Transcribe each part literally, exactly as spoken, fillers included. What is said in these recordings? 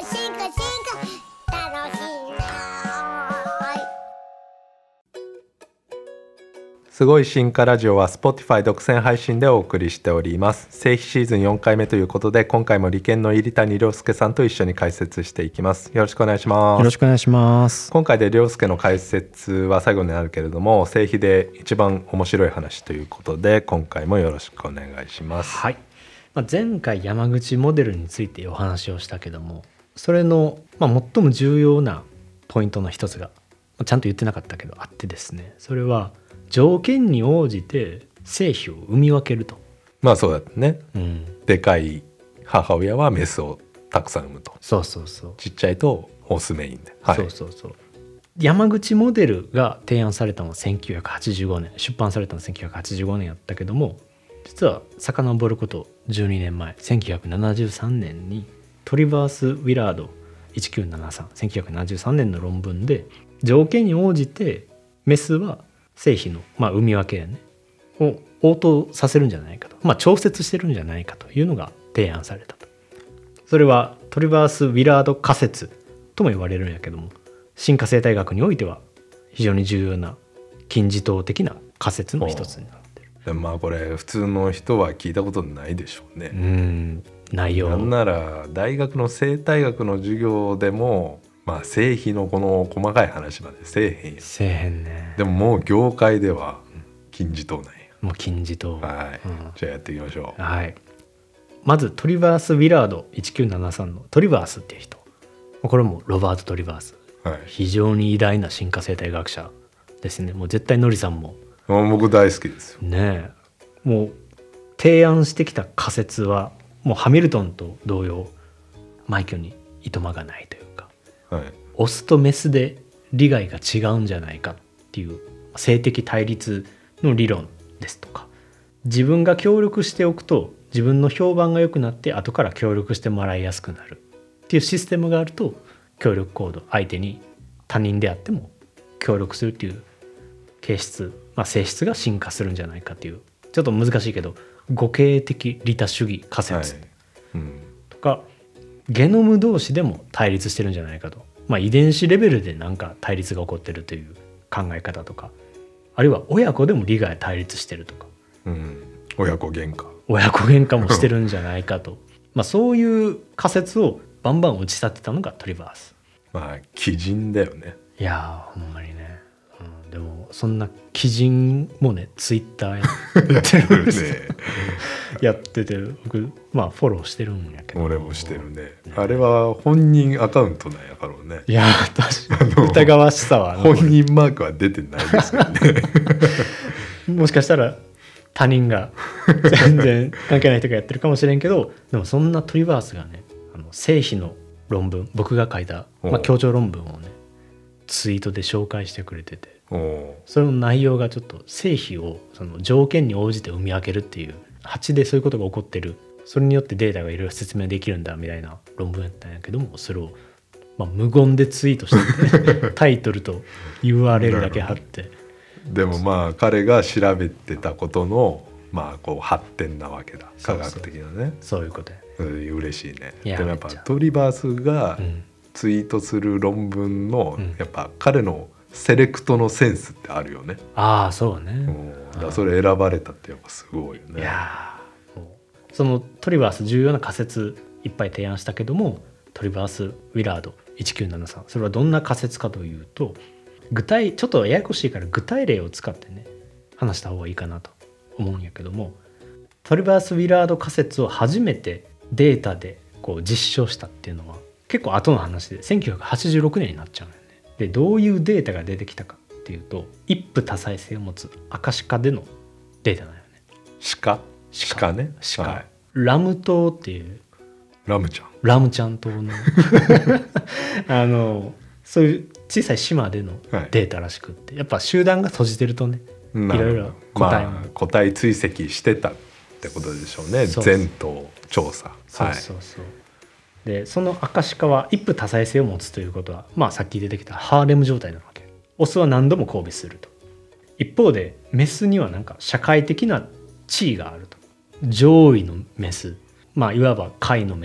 進化進化楽しいな。 すごい進化ラジオは Spotify 独占配信でお送りしております。正規シーズンよんかいめということで、今回も理研の入谷亮介さんと一緒に解説していきます。よろしくお願いします。 よろしくお願いします。 今回で亮介の解説は最後になるけれども、正規で一番面白い話ということで、今回もよろしくお願いします。 はい、まあ、前回山口モデルについてお話をしたけども、それの、まあ、最も重要なポイントの一つが、まあ、ちゃんと言ってなかったけどあってですね、それは条件に応じて精子を産み分けると。 まあそうだったね、 うん、 でかい母親はメスをたくさん産むと。 そうそうそう。 ちっちゃいとオスメインで、はい、 そうそうそう。山口モデルが提案されたのはせんきゅうひゃくはちじゅうごねん、出版されたのはせんきゅうひゃくはちじゅうごねんやったけども、実は遡ることじゅうにねんまえ、せんきゅうひゃくななじゅうさんねんにトリバース・ウィラードいちきゅうななさん、せんきゅうひゃくななじゅうさんねんの論文で、条件に応じてメスは精子の、まあ、産み分けやねを応答させるんじゃないかと、まあ、調節してるんじゃないかというのが提案されたと。それはトリバース・ウィラード仮説とも言われるんやけども、進化生態学においては非常に重要な金字塔的な仮説の一つになってる。 でもまあこれ普通の人は聞いたことないでしょうね。 うーん、内容なんなら大学の生態学の授業でも、まあ性比のこの細かい話までせえへんやん。 せえへんね。 でももう業界では金字塔なんや。 もう金字塔。 はい、 うん、 じゃあやっていきましょう。 はい。まずトリバース・ウィラードいちきゅうななさんのトリバースっていう人、これもロバート・トリバース、 はい、 非常に偉大な進化生態学者ですね。もう絶対ノリさんも僕大好きですよね。えもう提案してきた仮説はもうハミルトンと同様、枚挙にいとまがないというか、 はい、 オスとメスで利害が違うんじゃないかっていう性的対立の理論ですとか、自分が協力しておくと自分の評判が良くなって後から協力してもらいやすくなるっていうシステムがあると、協力行動、相手に他人であっても協力するっていう形質、まあ、性質が進化するんじゃないかっていう、ちょっと難しいけど互恵的利他主義仮説とか、はい、うん、ゲノム同士でも対立してるんじゃないかと、まあ、遺伝子レベルでなんか対立が起こってるという考え方とか、あるいは親子でも利害対立してるとか、 うん、親子喧嘩親子喧嘩もしてるんじゃないかとまあそういう仮説をバンバン打ち立てたのがトリバース。 まあ奇人だよね。 いやーほんまにね、うん、でもそんな奇人もねツイッターやってるんですねやってて、僕まあフォローしてるんやけど。 俺もしてるね、ね、あれは本人アカウントなんやからね。 いや確かに疑わしさは本人マークは出てないですからねもしかしたら他人が全然関係ない人がやってるかもしれんけど、でもそんなトリバースがね、あの精子の論文、僕が書いた、まあ、強調論文をねツイートで紹介してくれてて、それの内容がちょっと精子をその条件に応じて産み分けるっていう、蜂でそういうことが起こってる、それによってデータがいろいろ説明できるんだみたいな論文やったんやけども、それを、まあ、無言でツイートしててタイトルと ユーアールエル だけ貼ってでもまあ彼が調べてたことのまあこう発展なわけだ、科学的なね。 そういうことやね。 うん、嬉しいね。 いやでもやっぱトリバースがツイートする論文の、うん、やっぱ彼のセレクトのセンスってあるよね。 ああそうね、 うん、だからそれ選ばれたってやっぱすごいよね。 いやそのトリバース重要な仮説いっぱい提案したけども、トリバース・ウィラードいちきゅうななさん、それはどんな仮説かというと、具体ちょっとややこしいから具体例を使ってね話した方がいいかなと思うんやけども、トリバース・ウィラード仮説を初めてデータでこう実証したっていうのは結構後の話でせんきゅうひゃくはちじゅうろくねんになっちゃうんよね。でどういうデータが出てきたかっていうと、一夫多妻性を持つアカシカでのデータなんよね。 鹿鹿ね鹿、はい、ラム島っていうラムちゃんラムちゃん島のあのそういう小さい島でのデータらしくって、はい、やっぱ集団が閉じてるとね、いろいろ個体も、 まあ、個体追跡してたってことでしょうね。全頭調査。 そうそうそう、はい、でそのアカシカは一夫多妻性を持つということは、まあ、さっき出てきたハーレム状態なわけ。オスは何度も交尾すると。一方でメスにはなんか社会的な地位があると。上位のメス、まあ、いわば下位のメス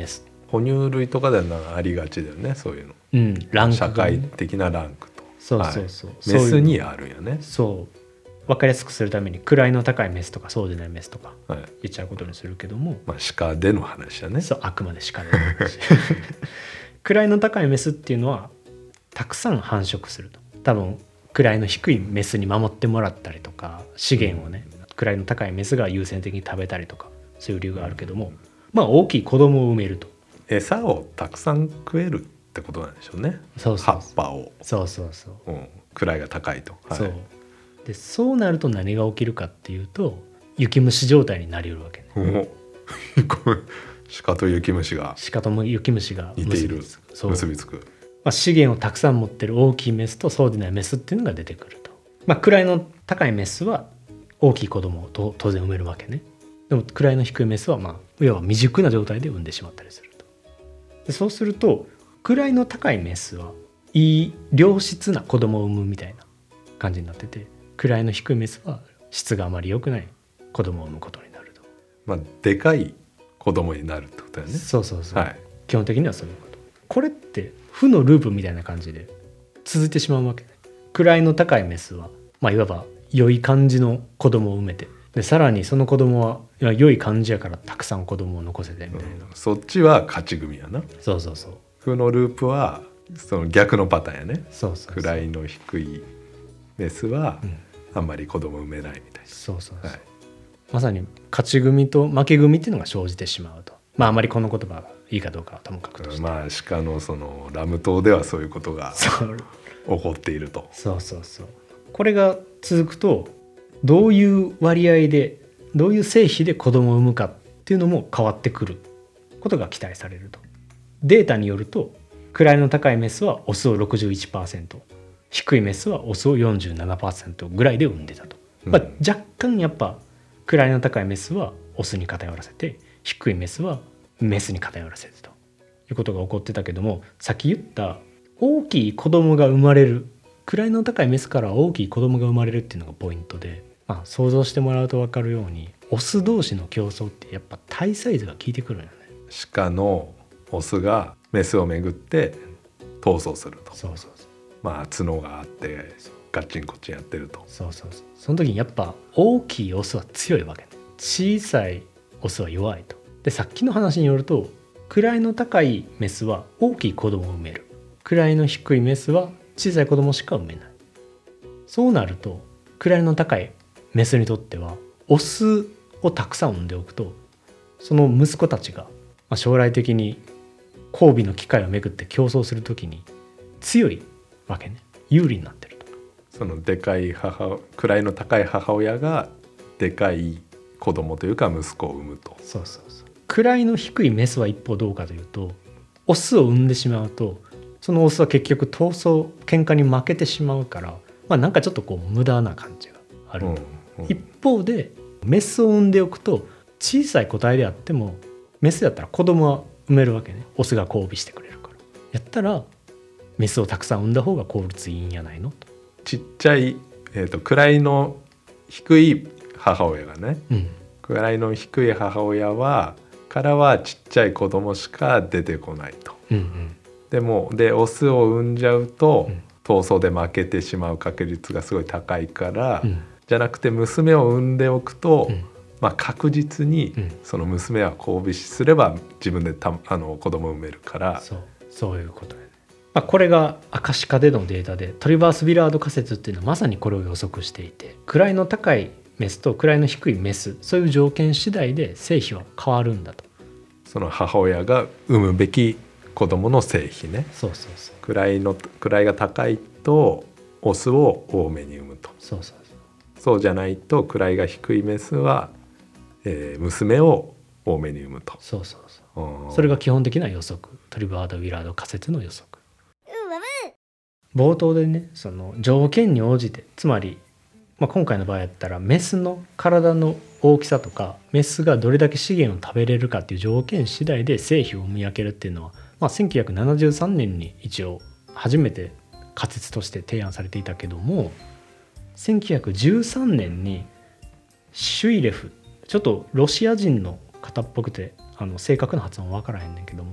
哺乳類とかではありがちだよね、そういうの。 うんランクがね、 社会的なランクと。 そうそうそう、 はい、 そういうメスにあるんよね。 そう分かりやすくするために位の高いメスとかそうでないメスとかはい、 言っちゃうことにするけども、 まあ鹿での話だね。 そうあくまで鹿で話位の高いメスっていうのはたくさん繁殖すると。多分位の低いメスに守ってもらったりとか資源をね、位の高いメスが優先的に食べたりとかそういう理由があるけども、まあ大きい子供を産めると。 餌をたくさん食えるってことなんでしょうね。 そうそう葉っぱを、 そうそうそう、 うん、位が高いと。はい、 そうでそうなると何が起きるかっていうと雪虫状態になりうるわけね。 おこれ鹿と雪虫が鹿とも雪虫が似ている、 そう結びつく。 まあ、資源をたくさん持ってる大きいメスとそうでないメスっていうのが出てくると。まあ、位の高いメスは大きい子供をと当然産めるわけね。でも位の低いメスはまあ要は未熟な状態で産んでしまったりすると。でそうすると位の高いメスはいい良質な子供を産むみたいな感じになってて、位の低いメスは質があまり良くない子供を産むことになると。 まあでかい子供になるってことだよね。 そうそうそう、 はい、 基本的にはそういうこと。これって負のループみたいな感じで続いてしまうわけね。位の高いメスは、まあ、いわば良い感じの子供を産めて、でさらにその子供はいや良い感じやからたくさん子供を残せてみたいな、 うん、そっちは勝ち組やな。 そうそうそう、 負のループはその逆のパターンやね。 そうそうそう、 位の低いメスは、 うん、 あんまり子供産めないみたいな。 そうそうそう、 はい、 まさに勝ち組と負け組っていうのが生じてしまうと。まああまりこの言葉がいいかどうかはともかくとして、 まあ鹿のそのラム島ではそういうことがそう起こっていると。 そうそうそう。これが続くとどういう割合でどういう成比で子供を産むかっていうのも変わってくることが期待されると。データによると位の高いメスはオスを ろくじゅういちパーセント、 低いメスはオスを よんじゅうななパーセント ぐらいで産んでたと、 うん、 まあ、若干やっぱ位の高いメスはオスに偏らせて低いメスはメスに偏らせてということが起こってたけども、さっき言った大きい子供が生まれる、位の高いメスから大きい子供が生まれるっていうのがポイントで、まあ、想像してもらうと分かるようにオス同士の競争ってやっぱ体サイズが効いてくるんよね。 鹿のオスがメスをめぐって闘争すると。 そうそうそう、 まあ角があってガッチンコッチンやってると。 そうそうそう、その時にやっぱ大きいオスは強いわけね、小さいオスは弱いと。でさっきの話によると位の高いメスは大きい子供を産める、位の低いメスは小さい子供しか産めない。そうなると位の高いメスにとってはオスをたくさん産んでおくとその息子たちが将来的に交尾の機会をめぐって競争するときに強いわけね、有利になってると。 そのでかい母位の高い母親がでかい子供というか息子を産むと。 そうそうそう。位の低いメスは一方どうかというとオスを産んでしまうとそのオスは結局闘争喧嘩に負けてしまうから、まあ、なんかちょっとこう無駄な感じがある、うんうん、一方でメスを産んでおくと小さい個体であってもメスだったら子供は産めるわけね、オスが交尾してくれるから。やったらメスをたくさん産んだ方が効率いいんやないのと。 ちっちゃい、えーと、位の低い母親がね、うん、位の低い母親はからはちっちゃい子供しか出てこないと、うんうん、でもでオスを産んじゃうと、うん、闘争で負けてしまう確率がすごい高いから、うん、じゃなくて娘を産んでおくと、うんまあ、確実にその娘は交尾すれば自分でたあの子供を産めるから、 そう、そういうことやね。まあ、これがアカシカでのデータでトリバース・ビラード仮説っていうのはまさにこれを予測していて、位の高いメスと位の低いメス、そういう条件次第で成比は変わるんだと。 その母親が産むべき子供の成比ね。 そうそうそう。 位の位が高いとオスを多めに産むと。 そうそうそう。 そうじゃないと位が低いメスは、えー、娘を多めに産むと。 そうそうそう。それが基本的な予測。トリバード・ウィラード仮説の予測。冒頭でね、その条件に応じて、つまり、まあ、今回の場合やったらメスの体の大きさとかメスがどれだけ資源を食べれるかっていう条件次第で成比を見分けるっていうのは、まあ、せんきゅうひゃくななじゅうさんねんに一応初めて仮説として提案されていたけども、せんきゅうひゃくじゅうさんねんにシュイレフ、ちょっとロシア人の方っぽくてあの正確な発音は分からへんねんけども、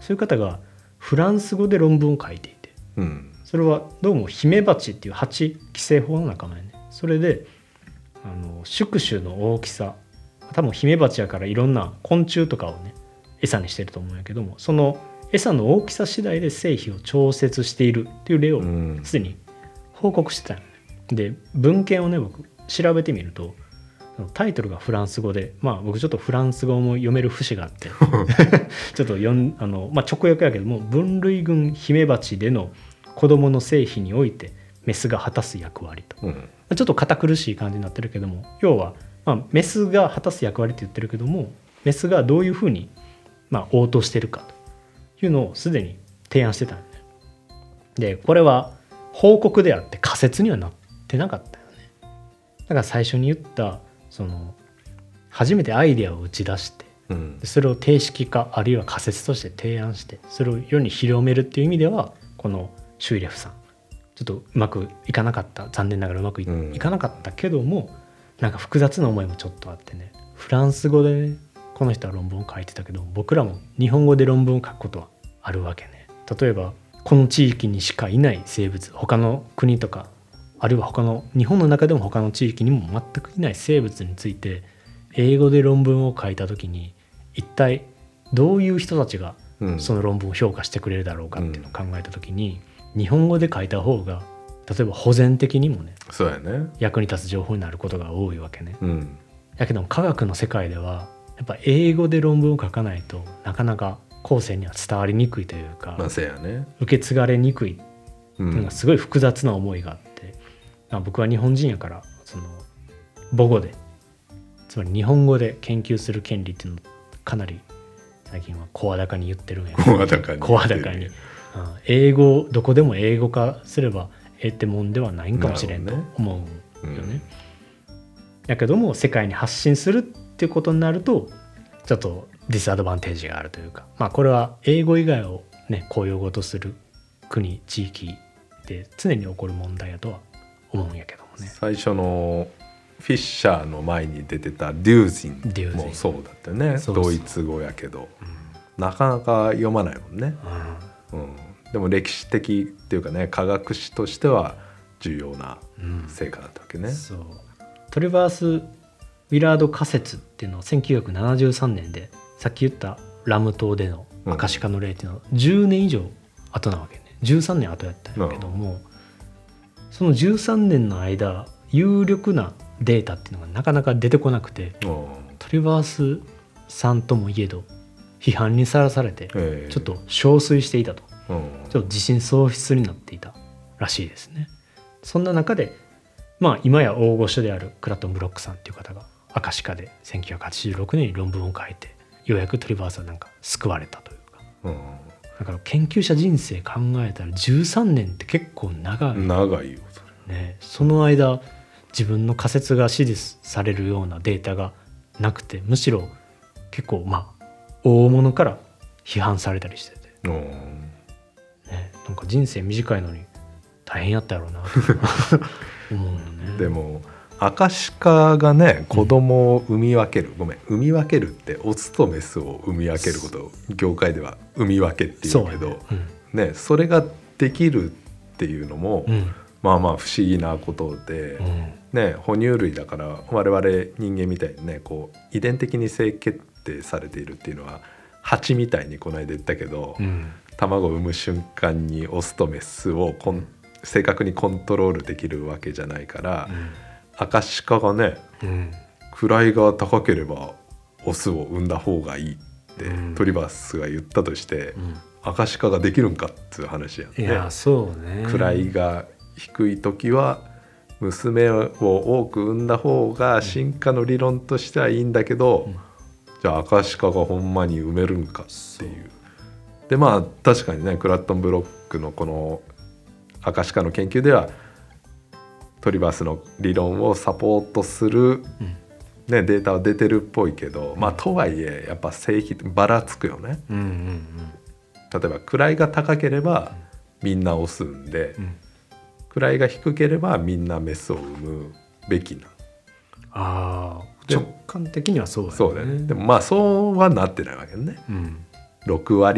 そういう方がフランス語で論文を書いていて、 うん、 それはどうもヒメバチっていう蜂寄生胞の仲間やね。それであの宿主の大きさ、多分ヒメバチやからいろんな昆虫とかをね餌にしてると思うんやけども、その餌の大きさ次第で成否を調節しているっていう例をすでに報告してたよね。で文献をね僕調べてみるとタイトルがフランス語で、まあ僕ちょっとフランス語も読める節があってちょっと読んあの、まあ、直訳やけども、分類群ヒメバチでの子供の成否においてメスが果たす役割と、うん、ちょっと堅苦しい感じになってるけども、要は、まあ、メスが果たす役割って言ってるけども、メスがどういうふうに、まあ、応答してるかというのをすでに提案してたんで、でこれは報告であって仮説にはなってなかったよね。だから最初に言ったその初めてアイデアを打ち出して、うん、それを定式化あるいは仮説として提案してそれを世に広めるっていう意味では、このシュイレフさんちょっとうまくいかなかった、残念ながらうまく い,、うん、いかなかったけども、なんか複雑な思いもちょっとあってね、フランス語で、ね、この人は論文を書いてたけど、僕らも日本語で論文を書くことはあるわけね。例えばこの地域にしかいない生物、他の国とかあるいは他の日本の中でも他の地域にも全くいない生物について英語で論文を書いた時に、一体どういう人たちがその論文を評価してくれるだろうかっていうのを考えた時に、うん、日本語で書いた方が例えば保全的にもね、 そうやね、 役に立つ情報になることが多いわけね、 うん、 だけども科学の世界ではやっぱ英語で論文を書かないとなかなか後世には伝わりにくいというか、 まあ、そうやね、 受け継がれにくいっていうのがすごい複雑な思いがあって、うん、僕は日本人やからその母語で、つまり日本語で研究する権利っていうのをかなり最近は声高に言ってるんやけど、 声高に声高に、うん、英語どこでも英語化すればええってもんではないんかもしれんと思うよね。うん、だけども世界に発信するっていうことになるとちょっとディスアドバンテージがあるというか、まあこれは英語以外をね公用語とする国地域で常に起こる問題やとは思うんやけどもね。 最初のフィッシャーの前に出てたデュージンもそうだったよね。ドイツ語やけど、うん、なかなか読まないもんね、うんうん、でも歴史的っていうかね、科学史としては重要な成果だったわけね、うん、 そうトリバース・ウィラード仮説っていうのはせんきゅうひゃくななじゅうさんねんで、さっき言ったラム島でのアカシカの例っていうのはじゅうねん以上後なわけね。じゅうさんねん後やったんやけども、うん、そのじゅうさんねんの間有力なデータっていうのがなかなか出てこなくて、トリバースさんともいえど批判にさらされてちょっと憔悴していたと、ちょっと自信喪失になっていたらしいですね。そんな中で、まあ、今や大御所であるクラトン・ブロックさんっていう方がアカシカでせんきゅうひゃくはちじゅうろくねんに論文を書いて、ようやくトリバースはなんか救われたというか、うん、だから研究者人生考えたらじゅうさんねんって結構長い長いよそれ、 ね、その間自分の仮説が支持されるようなデータがなくて、むしろ結構まあ大物から批判されたりしてて、うんね、なんか人生短いのに大変やったやろうなと思うよね。 でもアカシカがね子供を産み分ける、うん、ごめん産み分けるってオスとメスを産み分けることを業界では産み分けっていうけど、ねうんね、それができるっていうのも、うん、まあまあ不思議なことで、うんね、哺乳類だから我々人間みたいにねこう遺伝的に性決定されているっていうのは蜂みたいにこの間言ったけど、うん、卵を産む瞬間にオスとメスをコン正確にコントロールできるわけじゃないから、うん、アカシカがね、うん、位が高ければオスを産んだ方がいいって、うん、トリバースが言ったとして、うん、アカシカができるんかっていう話やんね。 いやそうね、 位が低い時は娘を多く産んだ方が進化の理論としてはいいんだけど、うん、じゃあアカシカがほんまに産めるんかっていう。でまあ確かにねクラットンブロックのこのアカシカの研究ではトリバースの理論をサポートする、うんね、データは出てるっぽいけど、まあとはいえやっぱ性比ばらつくよね、うんうんうん、例えば位が高ければみんなオス産んで、うん、位が低ければみんなメスを産むべきな。 あ直感的にはそうだよね。 そうだよね。でもまあそうはなってないわけね、うん、ろくわり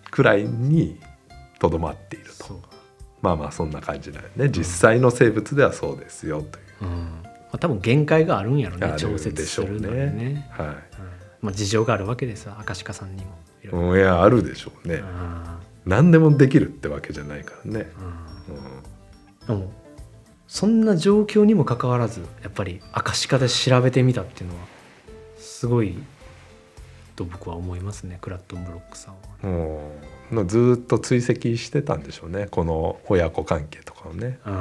くらいにとどまっていると。 そう、 まあまあそんな感じだよね。実際の生物ではそうですよという、 うんまあ、多分限界があるんやろね、 ある調節するのにね、 ね、はい、 うんまあ、事情があるわけですアカシカさんにもいろいろ、 うん、いやあるでしょうね。何でもできるってわけじゃないからね、 うんうん、でもそんな状況にもかかわらずやっぱりアカシカで調べてみたっていうのはすごいと僕は思いますね、クラットンブロックさんは、 うん、ずっと追跡してたんでしょうね、この親子関係とかをね、うん、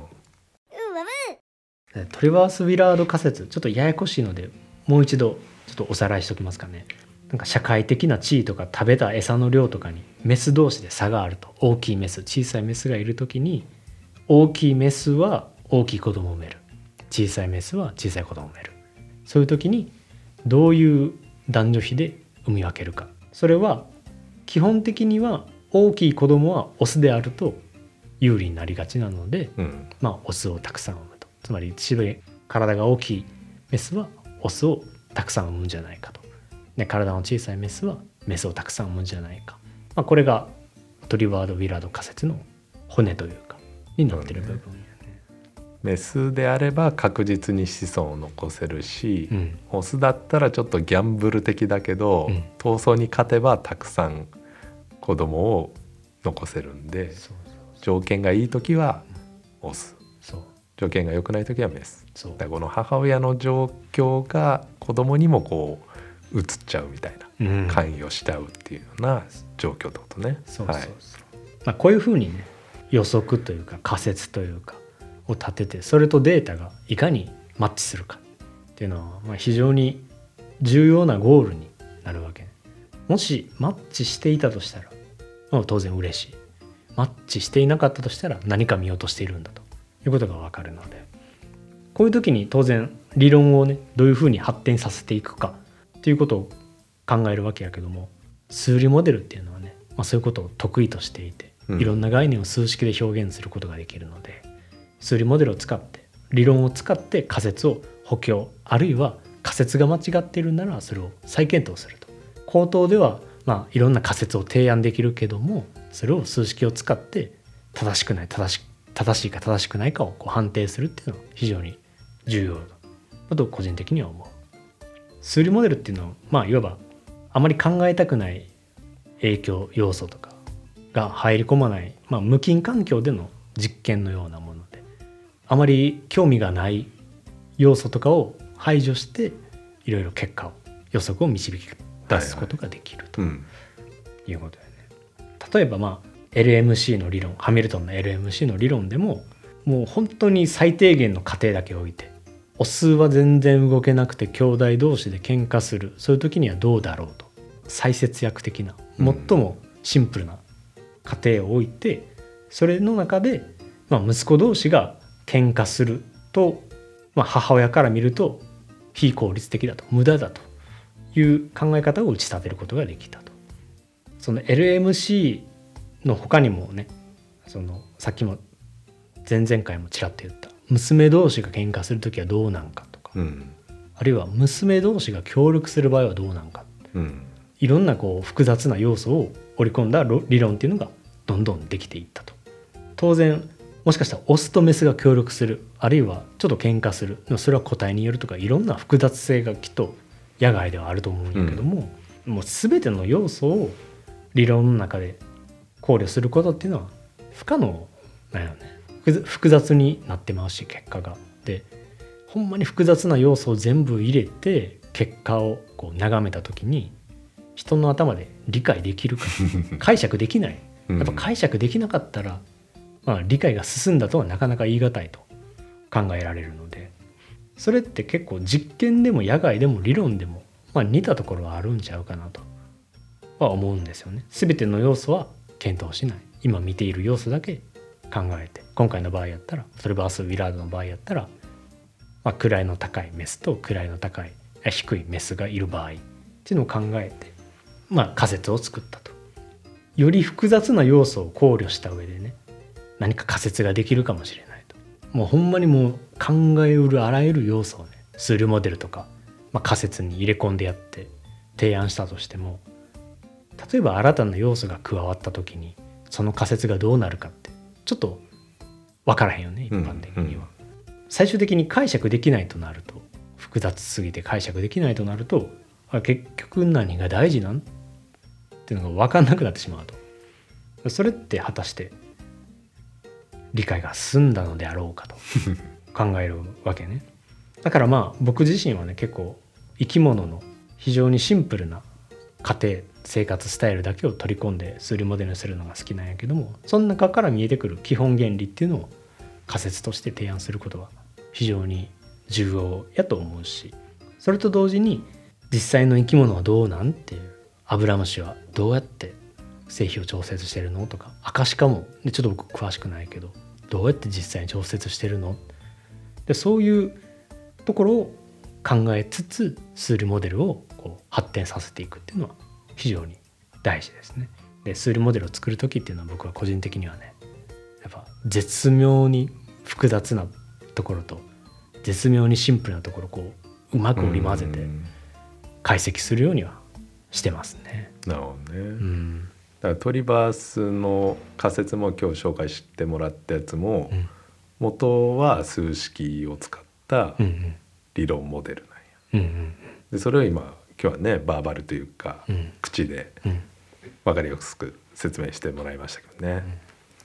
トリバース・ウィラード仮説ちょっとややこしいのでもう一度ちょっとおさらいしておきますかね。なんか社会的な地位とか食べた餌の量とかにメス同士で差があると、大きいメス小さいメスがいるときに大きいメスは大きい子供を産める、小さいメスは小さい子供を産める、そういう時にどういう男女比で産み分けるか、それは基本的には大きい子供はオスであると有利になりがちなので、うん、まあオスをたくさん産むと、つまり白い体が大きいメスはオスをたくさん産むんじゃないかと、で体の小さいメスはメスをたくさん産むんじゃないか、まあ、これがトリワード・ウィラード仮説の骨というかになってる部分やね。 メスであれば確実に子孫を残せるし、うん、オスだったらちょっとギャンブル的だけど、うん、闘争に勝てばたくさん子供を残せるんで、そうそうそう、条件がいい時はオス、そう、条件が良くない時はメス、そう、だからこの母親の状況が子供にもこう移っちゃうみたいな、うん、関与しちゃうっていうような状況ってことね。 そうそうそう、はい、まあ、こういうふうにね予測というか仮説というかを立てて、それとデータがいかにマッチするかっていうのは、まあ、非常に重要なゴールになるわけ、ね、もしマッチしていたとしたら、まあ、当然嬉しい、マッチしていなかったとしたら何か見落としているんだということが分かるので、こういう時に当然理論をねどういうふうに発展させていくかっていうことを考えるわけやけども、数理モデルっていうのはね、まあ、そういうことを得意としていて、うん、いろんな概念を数式で表現することができるので、数理モデルを使って理論を使って仮説を補強、あるいは仮説が間違っているならそれを再検討すると。口頭ではまあいろんな仮説を提案できるけども、それを数式を使って正しくない正し正しいか正しくないかをこう判定するっていうのは非常に重要だと個人的には思う。数理モデルっていうのはまあいわばあまり考えたくない影響要素とかが入り込まない、まあ、無菌環境での実験のようなもので、あまり興味がない要素とかを排除していろいろ結果を予測を導き出すことができるということだよね。例えばまあ エルエムシー の理論、ハミルトンの エルエムシー の理論でももう本当に最低限の過程だけ置いて、オスは全然動けなくて兄弟同士で喧嘩する、そういう時にはどうだろうと、最節約的な最もシンプルな過程を置いて、それの中で、まあ、息子同士が喧嘩すると、まあ、母親から見ると非効率的だと、無駄だという考え方を打ち立てることができたと。その エルエムシー の他にもね、そのさっきも前々回もちらっと言った娘同士が喧嘩するときはどうなんかとか、うん、あるいは娘同士が協力する場合はどうなんか、うん、いろんなこう複雑な要素を織り込んだ理論っていうのがどんどんできていったと。当然もしかしたらオスとメスが協力する、あるいはちょっと喧嘩する、それは個体によるとか、いろんな複雑性がきっと野外ではあると思うんだけども、うん、もう全ての要素を理論の中で考慮することっていうのは不可能だよね。複雑になってますし、結果がでほんまに複雑な要素を全部入れて結果をこう眺めた時に人の頭で理解できるか解釈できない、やっぱ解釈できなかったら、まあ、理解が進んだとはなかなか言い難いと考えられるので、それって結構実験でも野外でも理論でも、まあ、似たところはあるんちゃうかなとは思うんですよね。全ての要素は検討しない、今見ている要素だけ考えて、今回の場合やったらトリバース・ウィラードの場合やったら、まあ、位の高いメスと位の高い低いメスがいる場合っていうのを考えて、まあ、仮説を作ったと。より複雑な要素を考慮した上でね、何か仮説ができるかもしれないと。もうほんまにもう考えうるあらゆる要素をね、数理モデルとか、まあ、仮説に入れ込んでやって提案したとしても、 例えば新たな要素が加わった時にその仮説がどうなるかってちょっと分からへんよね一般的には、うんうん、最終的に解釈できないとなると複雑すぎて解釈できないとなると結局何が大事なんっていうのが分かんなくなってしまうと、それって果たして理解が進んだのであろうかと考えるわけね。だからまあ僕自身はね結構生き物の非常にシンプルな家庭生活スタイルだけを取り込んで数理モデルにするのが好きなんやけども、その中から見えてくる基本原理っていうのを仮説として提案することは非常に重要やと思うし、それと同時に実際の生き物はどうなんっていう、アブラムシはどうやって成否を調節してるのとか、アカシカもでちょっと僕詳しくないけどどうやって実際に調節してるので、そういうところを考えつつ数理モデルをこう発展させていくっていうのは非常に大事ですね。で数理モデルを作る時っていうのは僕は個人的にはねやっぱ絶妙に複雑なところと絶妙にシンプルなところをこううまく織り交ぜて解析するようにはしてますね。 なるほどね、 うん、 だからトリバースの仮説も今日紹介してもらったやつも、うん、元は数式を使った理論モデルなんや、うんうん、でそれを今今日はねバーバルというか、うん、口で分かりやすく説明してもらいましたけどね、うん、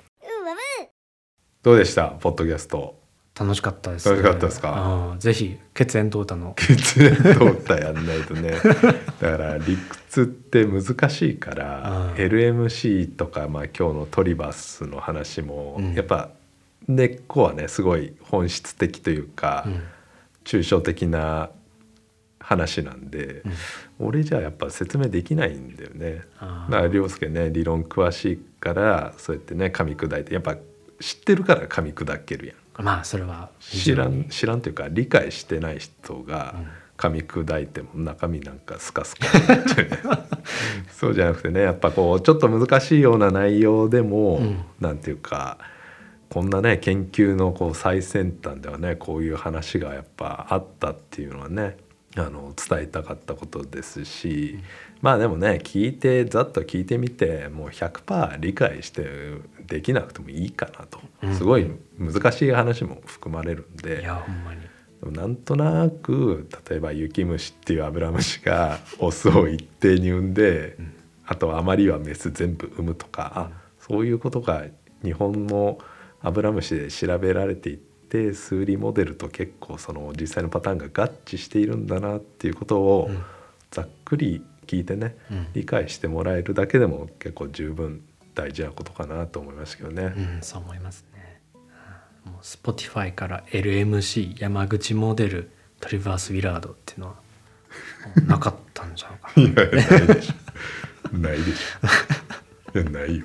どうでしたポッドキャスト。 楽しかったですね。 楽しかったですか。 ぜひ血縁淘汰の血縁淘汰やんないとねだから理屈って難しいからエルエムシー とか、まあ、今日のトリバースの話も、うん、やっぱ根っこはねすごい本質的というか、うん、抽象的な話なんで、うん、俺じゃやっぱ説明できないんだよね。だから涼介ね理論詳しいからそうやってね噛み砕いてやっぱ知ってるから噛み砕けるやん。 まあそれは知らん知らんというか理解してない人が噛み砕いても中身なんかスカスカになってそうじゃなくてねやっぱこうちょっと難しいような内容でも、うん、なんていうかこんなね研究のこう最先端ではねこういう話がやっぱあったっていうのはねあの伝えたかったことですし、うん、まあでもね聞いてざっと聞いてみてもう ひゃくパーセント 理解してできなくてもいいかなと、うん、すごい難しい話も含まれるんで、 いやほんまにでもなんとなく例えばユキムシっていうアブラムシがオスを一定に産んで、うん、あとあまりはメス全部産むとか、うん、あそういうことが日本のアブラムシで調べられていて数理モデルと結構その実際のパターンが合致しているんだなっていうことをざっくり聞いてね、うん、理解してもらえるだけでも結構十分大事なことかなと思いますけどね、 うん、そう思いますね。もう Spotify から エルエムシー 山口モデルトリバース・ウィラードっていうのはなかったんじゃないかな。いやないでしょないでしょいやないよ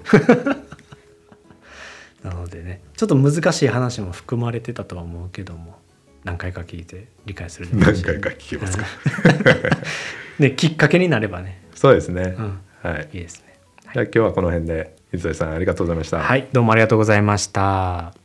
なのでねちょっと難しい話も含まれてたとは思うけども何回か聞いて理解する何回か聞けますかできっかけになればね。 そうですね、 うん、 はい、 いいですね。 じゃあ今日はこの辺で水谷さんありがとうございました。 はい、どうもありがとうございました。